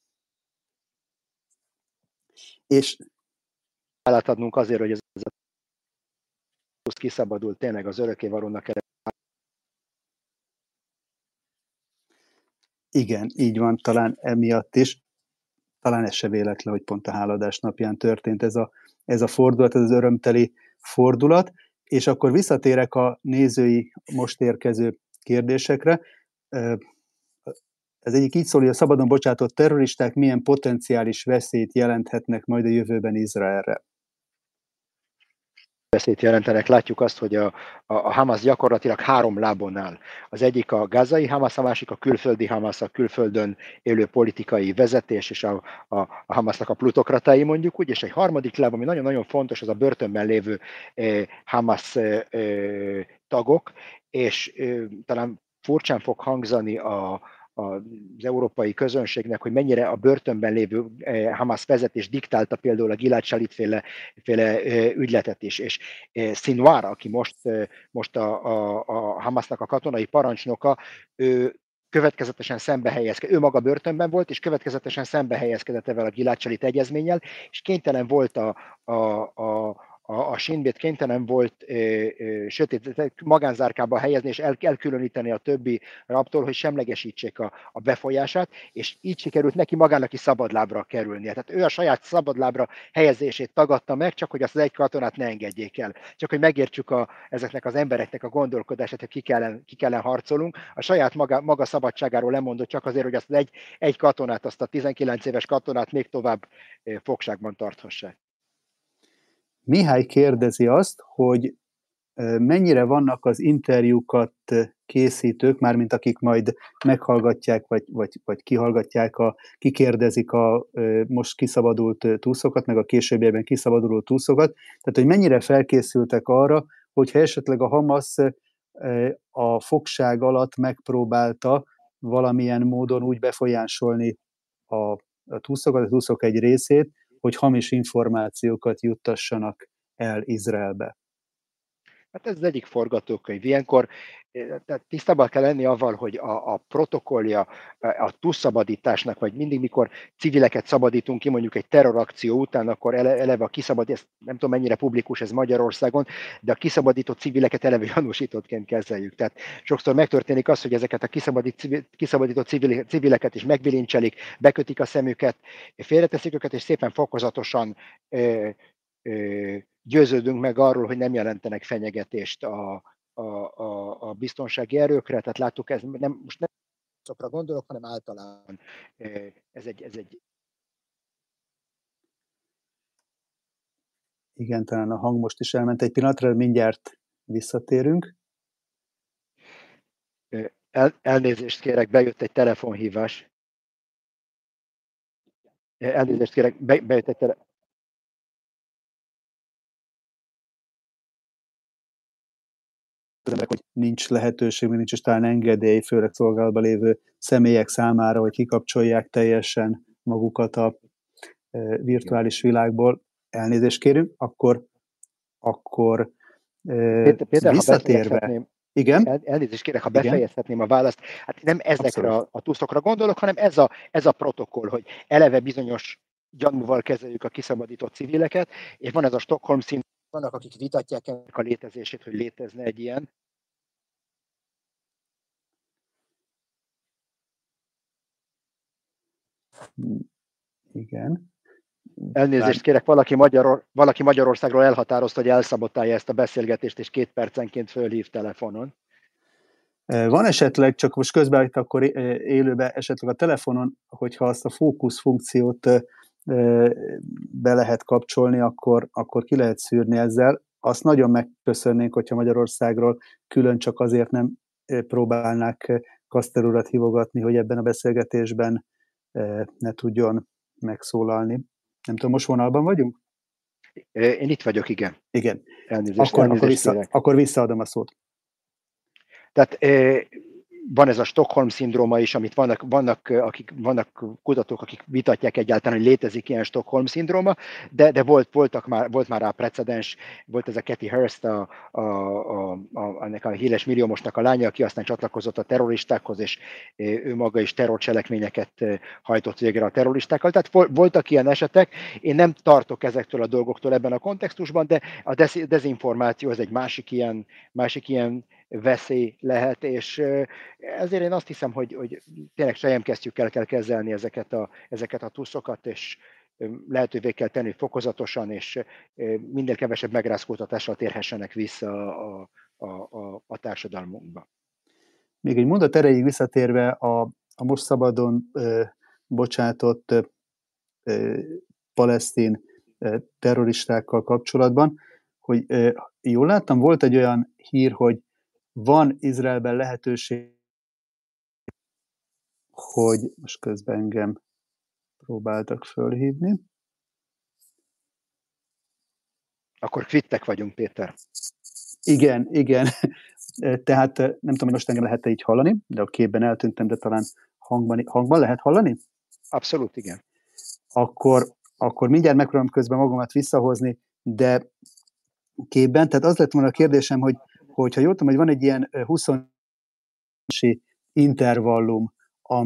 És hálát adnunk azért, hogy ez kiszabadult tényleg az örökkévalónak. Igen, így van, talán emiatt is. Talán ez se véletlen, hogy pont a hálaadás napján történt ez a fordulat, ez az örömteli fordulat. És akkor visszatérek a nézői most érkező kérdésekre. Ez egyik így szól, hogy a szabadon bocsátott terroristák milyen potenciális veszélyt jelenthetnek majd a jövőben Izraelre. Veszélyt jelentenek. Látjuk azt, hogy a Hamas gyakorlatilag 3 lábon áll. Az egyik a gázai Hamas, a másik a külföldi Hamas, a külföldön élő politikai vezetés, és a Hamasnak a plutokratái mondjuk úgy, és egy harmadik láb, ami nagyon-nagyon fontos, az a börtönben lévő Hamas tagok, és talán furcsán fog hangzani az európai közönségnek, hogy mennyire a börtönben lévő Hamas vezetés diktálta például a Gilad Shalit féle ügyletet is. És Sinwar, aki most a Hamasnak a katonai parancsnoka, ő következetesen szembe helyezkedett. Ő maga börtönben volt, és következetesen szembe helyezkedett ezzel a Gilad Shalit egyezménnyel, és kénytelen volt a Shin Bet kénytelen volt sötét magánzárkába helyezni, és elkülöníteni a többi rabtól, hogy semlegesítsék a befolyását, és így sikerült neki magának is szabadlábra kerülnie. Tehát ő a saját szabadlábra helyezését tagadta meg, csak hogy azt az egy katonát ne engedjék el. Csak hogy megértsük ezeknek az embereknek a gondolkodását, hogy ki kell harcolunk. A saját maga szabadságáról lemondott csak azért, hogy azt az egy katonát, azt a 19 éves katonát még tovább fogságban tarthassák. Mihály kérdezi azt, hogy mennyire vannak az interjúkat készítők, mármint akik majd meghallgatják, vagy kikérdezik a most kiszabadult túszokat, meg a későbbiekben kiszabaduló túszokat, tehát hogy mennyire felkészültek arra, hogyha esetleg a Hamasz a fogság alatt megpróbálta valamilyen módon úgy befolyásolni a túszokat, a túszok egy részét, hogy hamis információkat juttassanak el Izraelbe. Hát ez az egyik forgatókönyv. Ilyenkor tehát tisztában kell lenni avval, hogy a protokollja a túlszabadításnak, vagy mindig, mikor civileket szabadítunk ki, mondjuk egy terrorakció után, akkor eleve a kiszabadítás, nem tudom mennyire publikus ez Magyarországon, de a kiszabadított civileket eleve gyanúsítottként kezeljük. Tehát sokszor megtörténik az, hogy ezeket a kiszabadított civileket is megbilincselik, bekötik a szemüket, félreteszik őket, és szépen fokozatosan győződünk meg arról, hogy nem jelentenek fenyegetést a biztonsági erőkre, tehát láttuk, ez most nem szokra gondolok, hanem általában ez egy... Igen, talán a hang most is elment egy pillanatra, mindjárt visszatérünk. Elnézést kérek, bejött egy telefonhívás. Elnézést kérek, bejött egy telefonhívás. Hogy nincs lehetőség, nincs is talán engedély, főleg szolgálatban lévő személyek számára, hogy kikapcsolják teljesen magukat a virtuális világból. Elnézést kérünk, akkor Péter, visszatérve. Igen? Elnézést kérek, ha befejezhetném a választ. Hát nem ezekre a túszokra gondolok, hanem ez a protokoll, hogy eleve bizonyos gyanúval kezeljük a kiszabadított civileket, és van ez a Stockholm szint, vannak, akik vitatják ennek a létezését, hogy létezne egy ilyen. Igen. Elnézést kérek, valaki Magyarországról elhatározta, hogy elszabotálja ezt a beszélgetést, és 2 percenként fölhív telefonon. Van esetleg, csak most közben akkor élőben esetleg a telefonon, hogyha azt a fókusz funkciót be lehet kapcsolni, akkor ki lehet szűrni ezzel. Azt nagyon megköszönnénk, hogyha Magyarországról külön csak azért nem próbálnák Kaszter urat hívogatni, hogy ebben a beszélgetésben ne tudjon megszólalni. Nem tudom, most vonalban vagyunk? Én itt vagyok, igen. Igen. Elnézést akkor visszaadom a szót. Tehát van ez a Stockholm-szindróma is, amit vannak kutatók, akik vitatják egyáltalán, hogy létezik ilyen Stockholm-szindróma, de volt már rá precedens, volt ez a Kathy Hearst, ennek a híres milliómosnak a lánya, aki aztán csatlakozott a terroristákhoz, és ő maga is terrorcselekményeket hajtott végre a terroristákkal. Tehát voltak ilyen esetek, én nem tartok ezektől a dolgoktól ebben a kontextusban, de a dezinformáció ez egy másik ilyen veszély lehet, és ezért én azt hiszem, hogy tényleg selyemkesztyűkkel kell kezelni ezeket a túszokat, és lehetővé kell tenni fokozatosan, és minél kevesebb megrázkódtatással térhessenek vissza a társadalmunkba. Még egy mondat erejéig visszatérve a most szabadon bocsátott palesztin terroristákkal kapcsolatban, hogy jól láttam, volt egy olyan hír, hogy van Izraelben lehetőség, hogy most közben engem próbáltak fölhívni. Akkor kvittek vagyunk, Péter. Igen. Tehát nem tudom, hogy most engem lehet így hallani, de a képben eltűntem, de talán hangban lehet hallani? Abszolút, igen. Akkor mindjárt megpróbálom közben magamat visszahozni, de képben. Tehát az lett volna a kérdésem, hogy ha jól tudom, hogy van egy ilyen 20-as intervallum,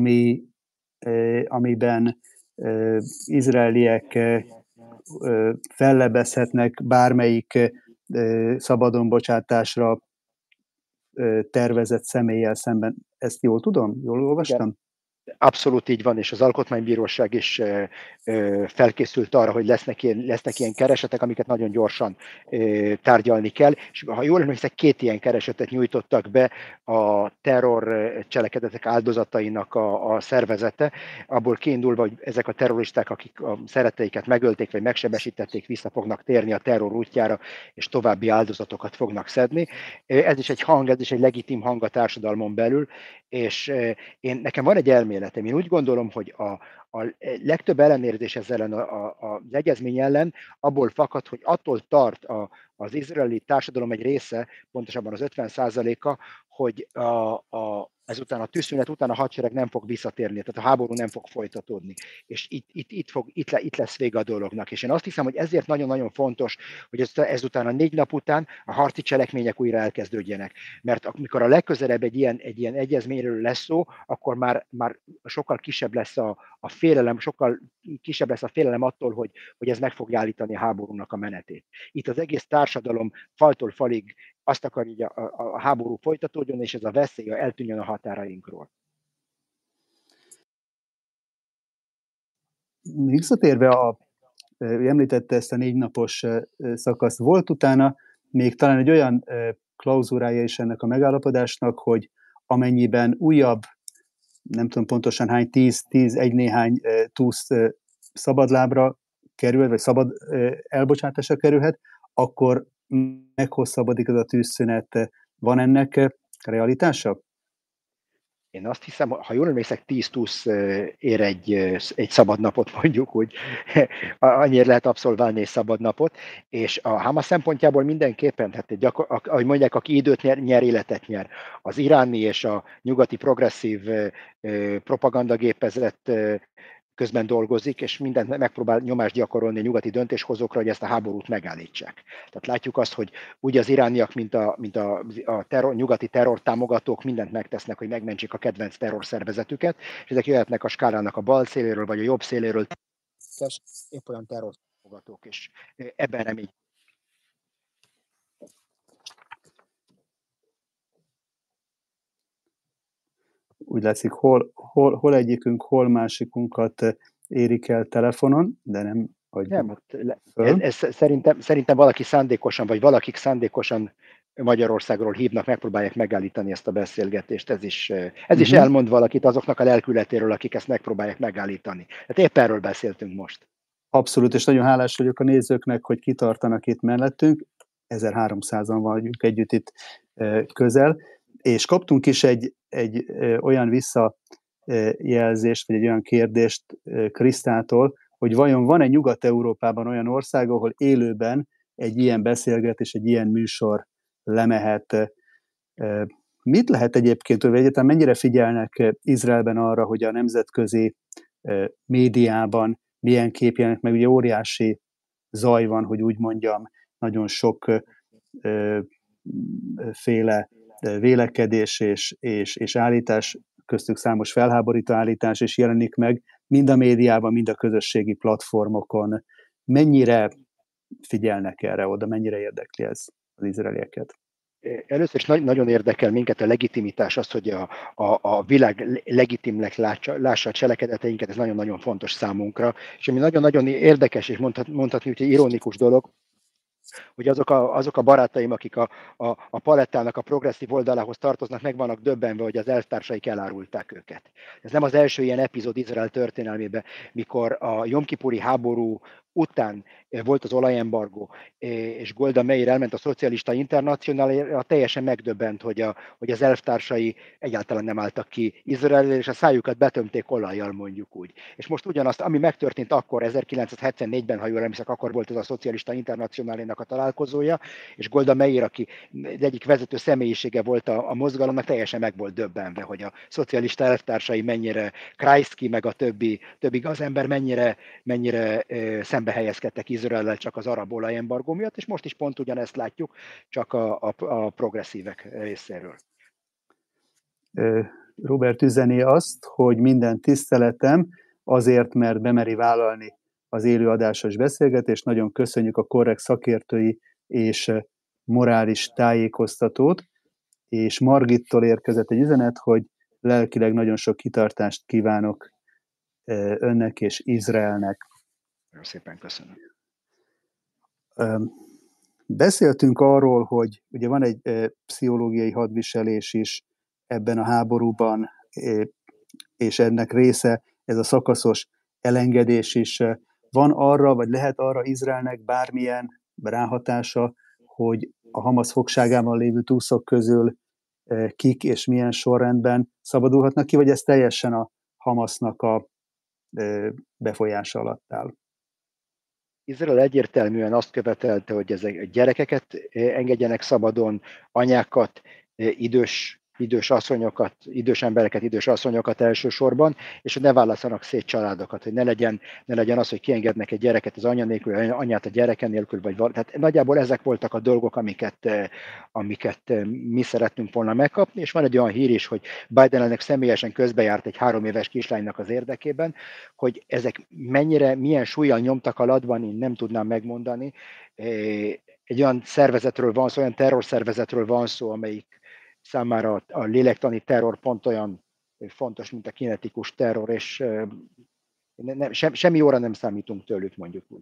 amiben izraeliek fellebezhetnek bármelyik szabadonbocsátásra tervezett személlyel szemben. Ezt jól tudom? Jól olvastam? Igen. Abszolút így van, és az Alkotmánybíróság is felkészült arra, hogy lesznek ilyen keresetek, amiket nagyon gyorsan tárgyalni kell. És ha jól emlékszem, 2 ilyen keresetet nyújtottak be a terror cselekedetek áldozatainak a szervezete, abból kiindulva, hogy ezek a terroristák, akik a szeretteiket megölték vagy megsebesítették, vissza fognak térni a terror útjára, és további áldozatokat fognak szedni. Ez is egy hang, ez is egy legitim hang a társadalmon belül, és nekem van egy elméletem. Én úgy gondolom, hogy a legtöbb ellenérzés ezzel ellen az egyezmény ellen abból fakad, hogy attól tart az izraeli társadalom egy része, pontosabban az 50%-a, hogy ezután a tűzszünet után a hadsereg nem fog visszatérni, tehát a háború nem fog folytatódni. És itt lesz vége a dolognak. És én azt hiszem, hogy ezért nagyon-nagyon fontos, hogy ezután a 4 nap után a harci cselekmények újra elkezdődjenek. Mert amikor a legközelebb egy ilyen egyezményről lesz szó, akkor már sokkal kisebb lesz a félelem, sokkal kisebb lesz a félelem attól, hogy ez meg fogja állítani a háborúnak a menetét. Itt az egész társadalom faltól falig azt akarja, hogy a háború folytatódjon, és ez a veszély eltűnjön a határainkról. Visszatérve említette ezt a 4 napos szakaszt, volt utána még talán egy olyan klauzúrája is ennek a megállapodásnak, hogy amennyiben újabb, nem tudom pontosan hány, 10 egy néhány túsz szabadlábra kerül, vagy szabad elbocsátásra kerülhet, akkor meghosszabbodik ez a tűzszünet. Van ennek realitása? Én azt hiszem, ha jól emlékszek, 10 túsz ér egy szabad napot, mondjuk úgy, annyira lehet abszolválni egy szabad napot, és a Hamas szempontjából mindenképpen, hát ahogy mondják, aki időt nyer, életet nyer. Az iráni és a nyugati progresszív propagandagépezet közben dolgozik, és mindent megpróbál nyomást gyakorolni a nyugati döntéshozókra, hogy ezt a háborút megállítsák. Tehát látjuk azt, hogy úgy az irániak, mint a nyugati terrortámogatók mindent megtesznek, hogy megmentsék a kedvenc terrorszervezetüket, és ezek jöhetnek a skálának a bal széléről, vagy a jobb széléről, épp olyan terrortámogatók, és ebben remény. Úgy látszik, hol egyikünk, hol másikunkat érik el telefonon, de nem adjuk ez szerintem valaki szándékosan, vagy valakik szándékosan Magyarországról hívnak, megpróbálják megállítani ezt a beszélgetést. Ez is elmond valakit azoknak a lelkületéről, akik ezt megpróbálják megállítani. Hát épp erről beszéltünk most. Abszolút, és nagyon hálás vagyok a nézőknek, hogy kitartanak itt mellettünk. 1300-an vagyunk együtt itt közel, és kaptunk is egy olyan visszajelzést, vagy egy olyan kérdést Krisztától, hogy vajon van-e Nyugat-Európában olyan ország, ahol élőben egy ilyen beszélgetés, egy ilyen műsor lemehet. Mit lehet egyébként, vagy egyáltalán mennyire figyelnek Izraelben arra, hogy a nemzetközi médiában milyen kép jelenik meg? Ugye óriási zaj van, hogy úgy mondjam, nagyon sok féle vélekedés és állítás, köztük számos felháborító állítás is jelenik meg, mind a médiában, mind a közösségi platformokon. Mennyire figyelnek erre oda, mennyire érdekli ez az izraelieket? Először is nagyon érdekel minket a legitimitás, az, hogy a világ legitimnek lássa a cselekedeteinket, ez nagyon-nagyon fontos számunkra. És ami nagyon-nagyon érdekes, és mondhatni, hogy ironikus dolog, hogy azok a barátaim, akik a palettának a progresszív oldalához tartoznak, meg vannak döbbenve, hogy az elvtársaik elárulták őket. Ez nem az első ilyen epizód Izrael történelmében, mikor a Jom Kipuri háború után volt az olajembargó, és Golda Meir elment a szocialista internacionálra, teljesen megdöbbent, hogy az elvtársai egyáltalán nem álltak ki Izraelre, és a szájukat betömték olajjal, mondjuk úgy. És most ugyanazt, ami megtörtént akkor, 1974-ben, ha jól emlékszek, akkor volt ez a szocialista internacionálénak a találkozója, és Golda Meir, aki egyik vezető személyisége volt a mozgalomnak, teljesen meg volt döbbenve, hogy a szocialista elvtársai mennyire, Kreisky meg a többi gazember mennyire szembe helyezkedtek Izraellel csak az arab olajembargó miatt, és most is pont ugyanezt látjuk, csak a progresszívek részéről. Robert üzeni azt, hogy minden tiszteletem azért, mert bemeri vállalni az élőadásos beszélgetést. Nagyon köszönjük a korrekt szakértői és morális tájékoztatót, és Margittól érkezett egy üzenet, hogy lelkileg nagyon sok kitartást kívánok önnek és Izraelnek. Nagyon szépen köszönöm. Beszéltünk arról, hogy ugye van egy pszichológiai hadviselés is ebben a háborúban, és ennek része ez a szakaszos elengedés is. Van arra, vagy lehet arra Izraelnek bármilyen ráhatása, hogy a Hamasz fogságában lévő túszok közül kik és milyen sorrendben szabadulhatnak ki, vagy ez teljesen a Hamasznak a befolyása alatt áll? Izrael egyértelműen azt követelte, hogy ezek gyerekeket engedjenek szabadon, anyákat, idős asszonyokat, idős embereket, idős asszonyokat elsősorban, és hogy ne válasszanak szét családokat, hogy ne legyen az, hogy kiengednek egy gyereket az anya nélkül, anyát a gyereke nélkül, tehát nagyjából ezek voltak a dolgok, amiket mi szerettünk volna megkapni, és van egy olyan hír is, hogy Biden ennek személyesen közbejárt egy 3 éves kislánynak az érdekében, hogy ezek milyen súllyal nyomtak alatban, én nem tudnám megmondani. Egy olyan szervezetről van szó, olyan terrorszervezetről van szó, amelyik számára a lélektani terror pont olyan fontos, mint a kinetikus terror, és semmi óra nem számítunk tőlük, mondjuk úgy.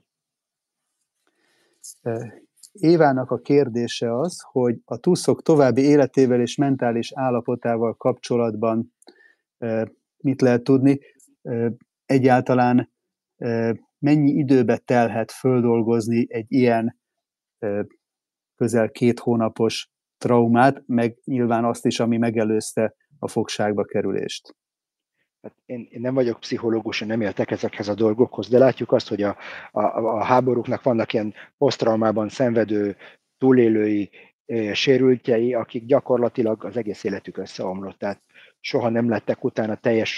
Évának a kérdése az, hogy a túszok további életével és mentális állapotával kapcsolatban mit lehet tudni, egyáltalán mennyi időbe telhet földolgozni egy ilyen közel 2 hónapos traumát, meg nyilván azt is, ami megelőzte a fogságba kerülést. Hát én nem vagyok pszichológus, én nem értek ezekhez a dolgokhoz, de látjuk azt, hogy a háborúknak vannak ilyen posztraumában szenvedő túlélői, sérültjei, akik gyakorlatilag az egész életük összeomlott, tehát soha nem lettek utána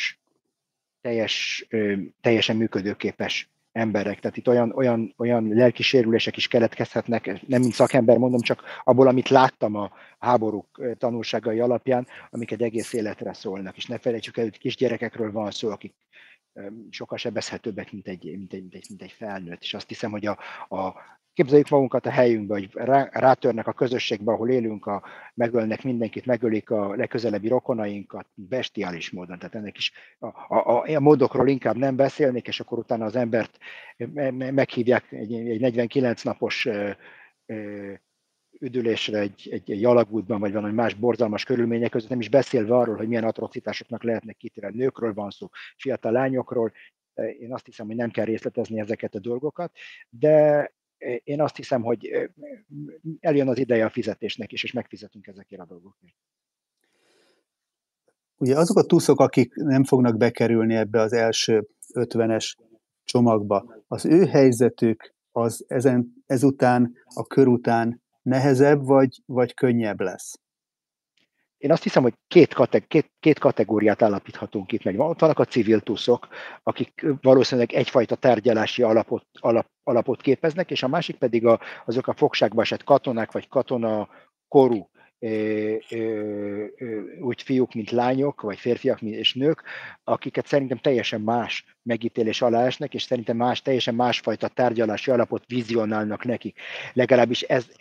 teljesen működőképes emberek. Tehát itt olyan lelki sérülések is keletkezhetnek, nem mint szakember mondom, csak abból, amit láttam a háborúk tanulságai alapján, amik egy egész életre szólnak. És ne felejtsük el, hogy kisgyerekekről van szó, akik sokkal sebezhetőbbek, mint egy felnőtt. És azt hiszem, hogy képzeljük magunkat a helyünkbe, hogy rátörnek a közösségbe, ahol élünk, megölnek mindenkit, megölik a legközelebbi rokonainkat, bestiális módon. Tehát ennek is a módokról inkább nem beszélnék, és akkor utána az embert meghívják egy 49 napos üdülésre egy alagútban, vagy valami más borzalmas körülmények között, nem is beszélve arról, hogy milyen atrocitásoknak lehetnek kitéve. Nőkről van szó, fiatal lányokról. Én azt hiszem, hogy nem kell részletezni ezeket a dolgokat, de én azt hiszem, hogy eljön az ideje a fizetésnek is, és megfizetünk ezekért a dolgokért. Ugye azok a túszok, akik nem fognak bekerülni ebbe az első 50-es csomagba, az ő helyzetük az ezután, a kör után nehezebb, vagy könnyebb lesz? Én azt hiszem, hogy két kategóriát állapíthatunk itt meg. Ott vannak a civil túszok, akik valószínűleg egyfajta tárgyalási alapot képeznek, és a másik pedig azok a fogságba esett katonák, vagy katonakorú úgy fiúk, mint lányok, vagy férfiak és nők, akiket szerintem teljesen más megítélés alá esnek, és szerintem teljesen másfajta tárgyalási alapot vizionálnak nekik. Legalábbis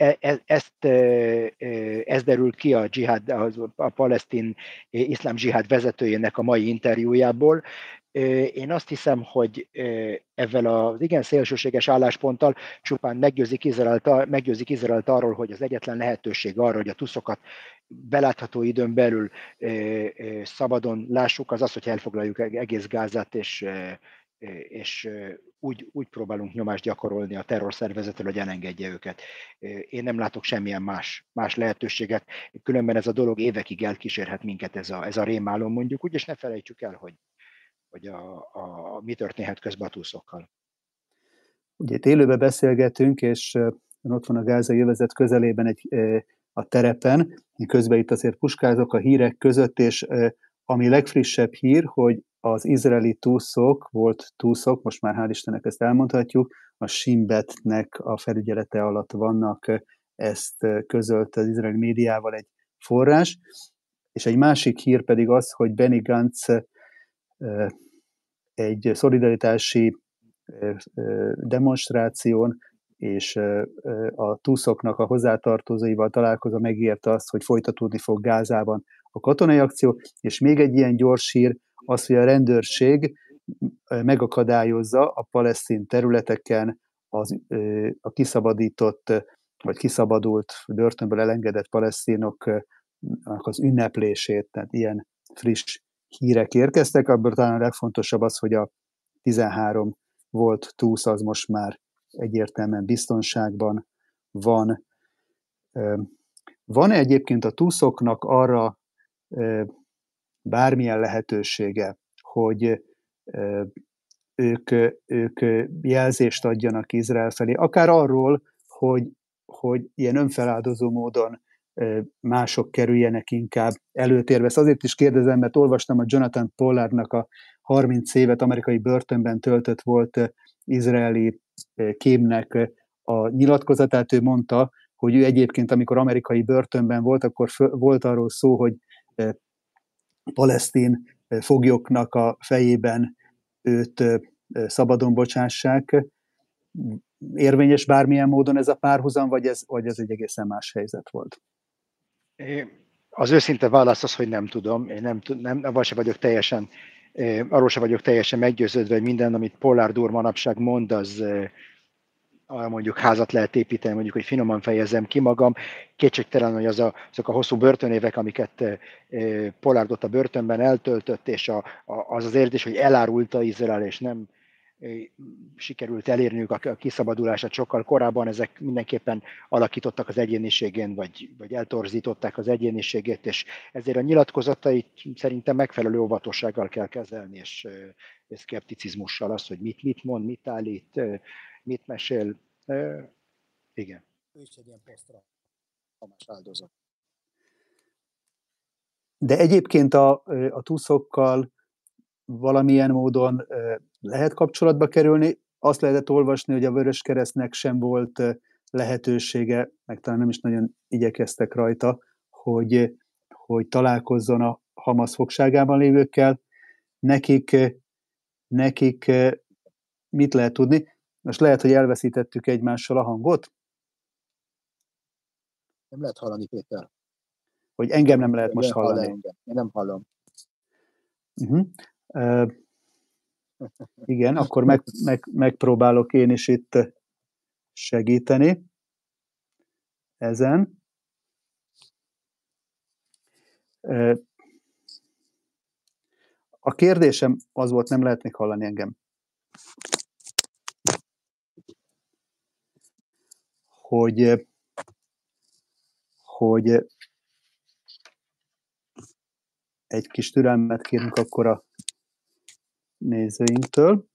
ez derült ki a palesztin iszlám zsihád vezetőjének a mai interjújából. Én azt hiszem, hogy ezzel az igen szélsőséges állásponttal csupán meggyőzik Izraelt arról, hogy az egyetlen lehetőség arra, hogy a tuszokat belátható időn belül szabadon lássuk, az, hogy elfoglaljuk egész Gázát, és úgy próbálunk nyomást gyakorolni a terrorszervezetre, hogy elengedje őket. Én nem látok semmilyen más lehetőséget, különben ez a dolog évekig elkísérhet minket, ez a rémálom mondjuk úgy, és ne felejtsük el, hogy mi történhet közben a túszokkal. Ugye itt élőben beszélgetünk, és ott van a gázai övezet közelében a terepen, közben itt azért puskázok a hírek között, és ami legfrissebb hír, hogy az izraeli túszok, most már hál' Istennek ezt elmondhatjuk, a Shin Bet-nek a felügyelete alatt vannak, ezt közölt az izraeli médiával egy forrás. És egy másik hír pedig az, hogy Benny Gantz egy szolidaritási demonstráción és a túszoknak a hozzátartozóival találkozva megírta azt, hogy folytatódni fog Gázában a katonai akció, és még egy ilyen gyors hír az, hogy a rendőrség megakadályozza a palesztin területeken a kiszabadított, vagy kiszabadult, börtönből elengedett palesztinoknak az ünneplését, tehát ilyen friss hírek érkeztek. Abból talán a legfontosabb az, hogy a 13 volt túsz, az most már egyértelműen biztonságban van. Van-e egyébként a túszoknak arra bármilyen lehetősége, hogy ők jelzést adjanak Izrael felé, akár arról, hogy ilyen önfeláldozó módon mások kerüljenek inkább előtérbe. Ezt azért is kérdezem, mert olvastam a Jonathan Pollardnak a 30 évet amerikai börtönben töltött volt izraeli kémnek a nyilatkozatát. Ő mondta, hogy ő egyébként, amikor amerikai börtönben volt, akkor volt arról szó, hogy palesztin foglyoknak a fejében őt szabadon bocsássák. Érvényes bármilyen módon ez a párhuzam, vagy ez egy egészen más helyzet volt? Az őszinte válasz az, hogy nem tudom. Én arról sem vagyok teljesen meggyőződve, hogy minden, amit Pollard úr manapság mond, az mondjuk házat lehet építeni, mondjuk, hogy finoman fejezem ki magam. Kétségtelen, hogy azok a hosszú börtönévek, amiket Pollard ott a börtönben eltöltött, és az érzés, hogy elárulta Izrael, és nem sikerült elérniük a kiszabadulását sokkal korábban, ezek mindenképpen alakítottak az egyéniségén, vagy eltorzították az egyéniségét, és ezért a nyilatkozatait szerintem megfelelő óvatossággal kell kezelni, és szkepticizmussal az, hogy mit mond, mit állít, mit mesél. Igen. Ő is egy ilyen posztraumális áldozat. De egyébként a túszokkal valamilyen módon lehet kapcsolatba kerülni. Azt lehetett olvasni, hogy a Vöröskeresztnek sem volt lehetősége, meg talán nem is nagyon igyekeztek rajta, hogy találkozzon a Hamasz fogságában lévőkkel. Nekik mit lehet tudni? Most lehet, hogy elveszítettük egymással a hangot? Nem lehet hallani, Péter. Hogy engem nem lehet most hallani. Én nem hallom. Igen, akkor megpróbálok én is itt segíteni ezen. A kérdésem az volt, nem lehet még hallani engem, hogy egy kis türelmet kérünk akkor a nézőinktől.